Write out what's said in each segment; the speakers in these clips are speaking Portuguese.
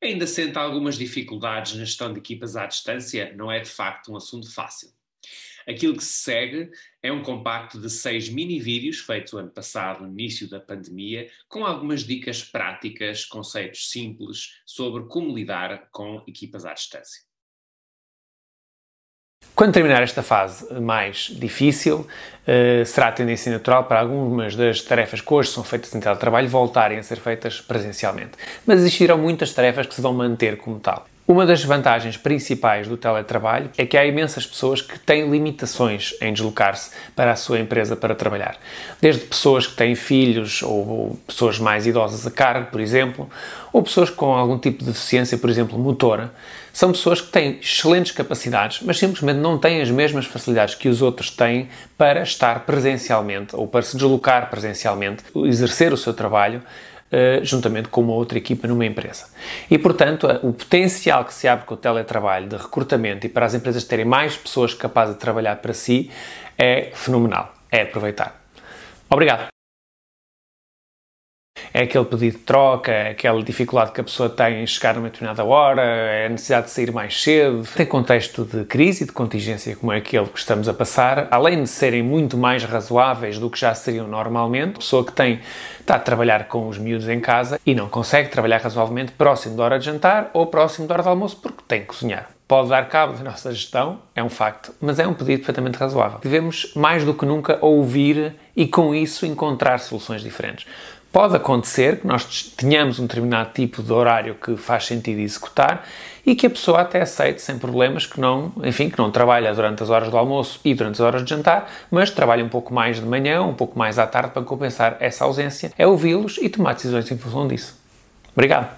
Ainda sente algumas dificuldades na gestão de equipas à distância, não é de facto um assunto fácil. Aquilo que se segue é um compacto de 6 mini-vídeos feito ano passado, no início da pandemia, com algumas dicas práticas, conceitos simples sobre como lidar com equipas à distância. Quando terminar esta fase mais difícil, será a tendência natural para algumas das tarefas que hoje são feitas em teletrabalho voltarem a ser feitas presencialmente. Mas existirão muitas tarefas que se vão manter como tal. Uma das vantagens principais do teletrabalho é que há imensas pessoas que têm limitações em deslocar-se para a sua empresa para trabalhar. Desde pessoas que têm filhos ou pessoas mais idosas a cargo, por exemplo, ou pessoas com algum tipo de deficiência, por exemplo, motora. São pessoas que têm excelentes capacidades, mas simplesmente não têm as mesmas facilidades que os outros têm para estar presencialmente ou para se deslocar presencialmente, exercer o seu trabalho juntamente com uma outra equipa numa empresa. E, portanto, o potencial que se abre com o teletrabalho de recrutamento e para as empresas terem mais pessoas capazes de trabalhar para si é fenomenal. É aproveitar. Obrigado. É aquele pedido de troca, é aquela dificuldade que a pessoa tem em chegar numa determinada hora, é a necessidade de sair mais cedo. Tem contexto de crise e de contingência como é aquele que estamos a passar, além de serem muito mais razoáveis do que já seriam normalmente, a pessoa que está a trabalhar com os miúdos em casa e não consegue trabalhar razoavelmente próximo da hora de jantar ou próximo da hora de almoço porque tem que cozinhar. Pode dar cabo da nossa gestão, é um facto, mas é um pedido perfeitamente razoável. Devemos, mais do que nunca, ouvir e, com isso, encontrar soluções diferentes. Pode acontecer que nós tenhamos um determinado tipo de horário que faz sentido executar e que a pessoa até aceite sem problemas que não trabalha durante as horas do almoço e durante as horas de jantar, mas trabalha um pouco mais de manhã, um pouco mais à tarde para compensar essa ausência. É ouvi-los e tomar decisões em função disso. Obrigado.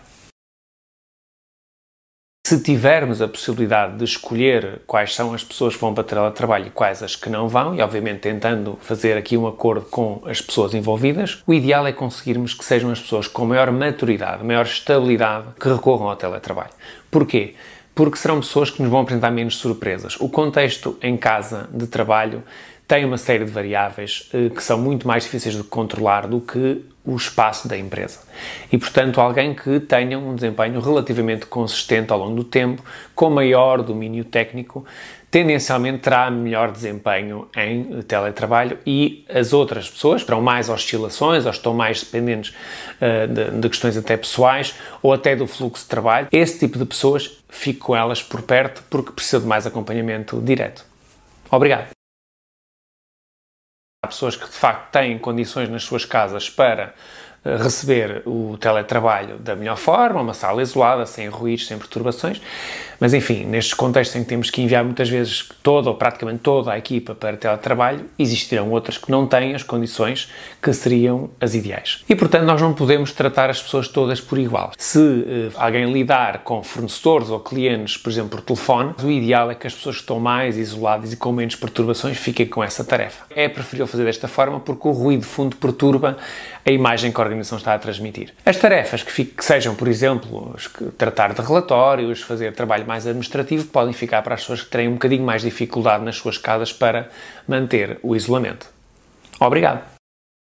Se tivermos a possibilidade de escolher quais são as pessoas que vão para teletrabalho e quais as que não vão, e obviamente tentando fazer aqui um acordo com as pessoas envolvidas, o ideal é conseguirmos que sejam as pessoas com maior maturidade, maior estabilidade que recorram ao teletrabalho. Porquê? Porque serão pessoas que nos vão apresentar menos surpresas. O contexto em casa de trabalho tem uma série de variáveis que são muito mais difíceis de controlar do que o espaço da empresa. E, portanto, alguém que tenha um desempenho relativamente consistente ao longo do tempo, com maior domínio técnico, tendencialmente terá melhor desempenho em teletrabalho e as outras pessoas terão mais oscilações ou estão mais dependentes de questões até pessoais ou até do fluxo de trabalho. Esse tipo de pessoas, fico com elas por perto porque precisam de mais acompanhamento direto. Obrigado. Há pessoas que, de facto, têm condições nas suas casas para receber o teletrabalho da melhor forma, uma sala isolada, sem ruídos, sem perturbações, mas enfim, nestes contextos em que temos que enviar muitas vezes toda ou praticamente toda a equipa para teletrabalho, existirão outras que não têm as condições que seriam as ideais. E, portanto, nós não podemos tratar as pessoas todas por igual. Se alguém lidar com fornecedores ou clientes, por exemplo, por telefone, o ideal é que as pessoas que estão mais isoladas e com menos perturbações fiquem com essa tarefa. É preferível fazer desta forma porque o ruído de fundo perturba a imagem que a organização está a transmitir. As tarefas que sejam, por exemplo, tratar de relatórios, fazer trabalho mais administrativo, podem ficar para as pessoas que têm um bocadinho mais dificuldade nas suas casas para manter o isolamento. Obrigado.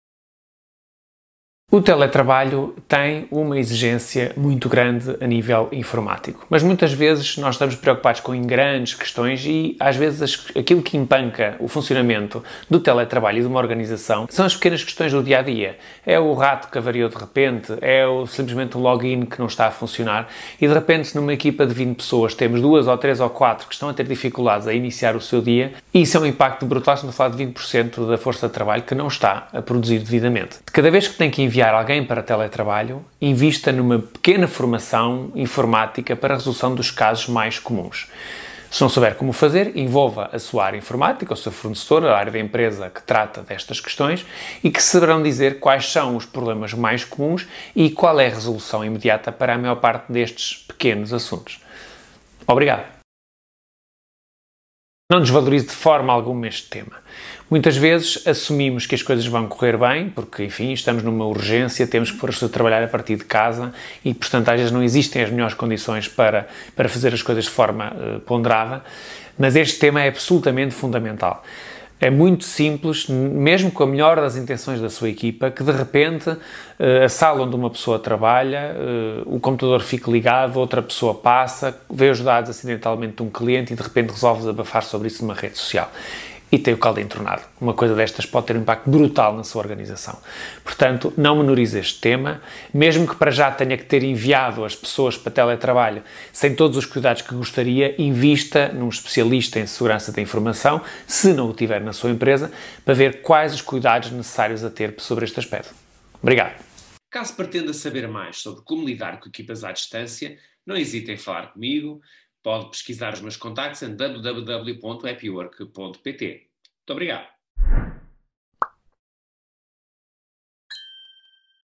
O teletrabalho tem uma exigência muito grande a nível informático, mas muitas vezes nós estamos preocupados com grandes questões e às vezes aquilo que empanca o funcionamento do teletrabalho e de uma organização são as pequenas questões do dia-a-dia. É o rato que avariou de repente, simplesmente o login que não está a funcionar e de repente numa equipa de 20 pessoas temos 2 ou 3 ou 4 que estão a ter dificuldades a iniciar o seu dia e isso é um impacto brutal, estamos a falar de 20% da força de trabalho que não está a produzir devidamente. Cada vez que tem que enviar alguém para teletrabalho, invista numa pequena formação informática para a resolução dos casos mais comuns. Se não souber como fazer, envolva a sua área informática, o seu fornecedor, a área da empresa que trata destas questões e que saberão dizer quais são os problemas mais comuns e qual é a resolução imediata para a maior parte destes pequenos assuntos. Obrigado. Não desvalorize de forma alguma este tema. Muitas vezes assumimos que as coisas vão correr bem, porque, enfim, estamos numa urgência, temos que pôr as pessoas a trabalhar a partir de casa e, portanto, às vezes não existem as melhores condições para fazer as coisas de forma ponderada, mas este tema é absolutamente fundamental. É muito simples, mesmo com a melhor das intenções da sua equipa, que de repente a sala onde uma pessoa trabalha, o computador fica ligado, outra pessoa passa, vê os dados acidentalmente de um cliente e de repente resolve desabafar sobre isso numa rede social. E tem o caldo entornado. Uma coisa destas pode ter um impacto brutal na sua organização. Portanto, não menorize este tema, mesmo que para já tenha que ter enviado as pessoas para teletrabalho sem todos os cuidados que gostaria, invista num especialista em segurança da informação, se não o tiver na sua empresa, para ver quais os cuidados necessários a ter sobre este aspecto. Obrigado. Caso pretenda saber mais sobre como lidar com equipas à distância, não hesite em falar comigo. Pode pesquisar os meus contactos em www.happywork.pt. Muito obrigado.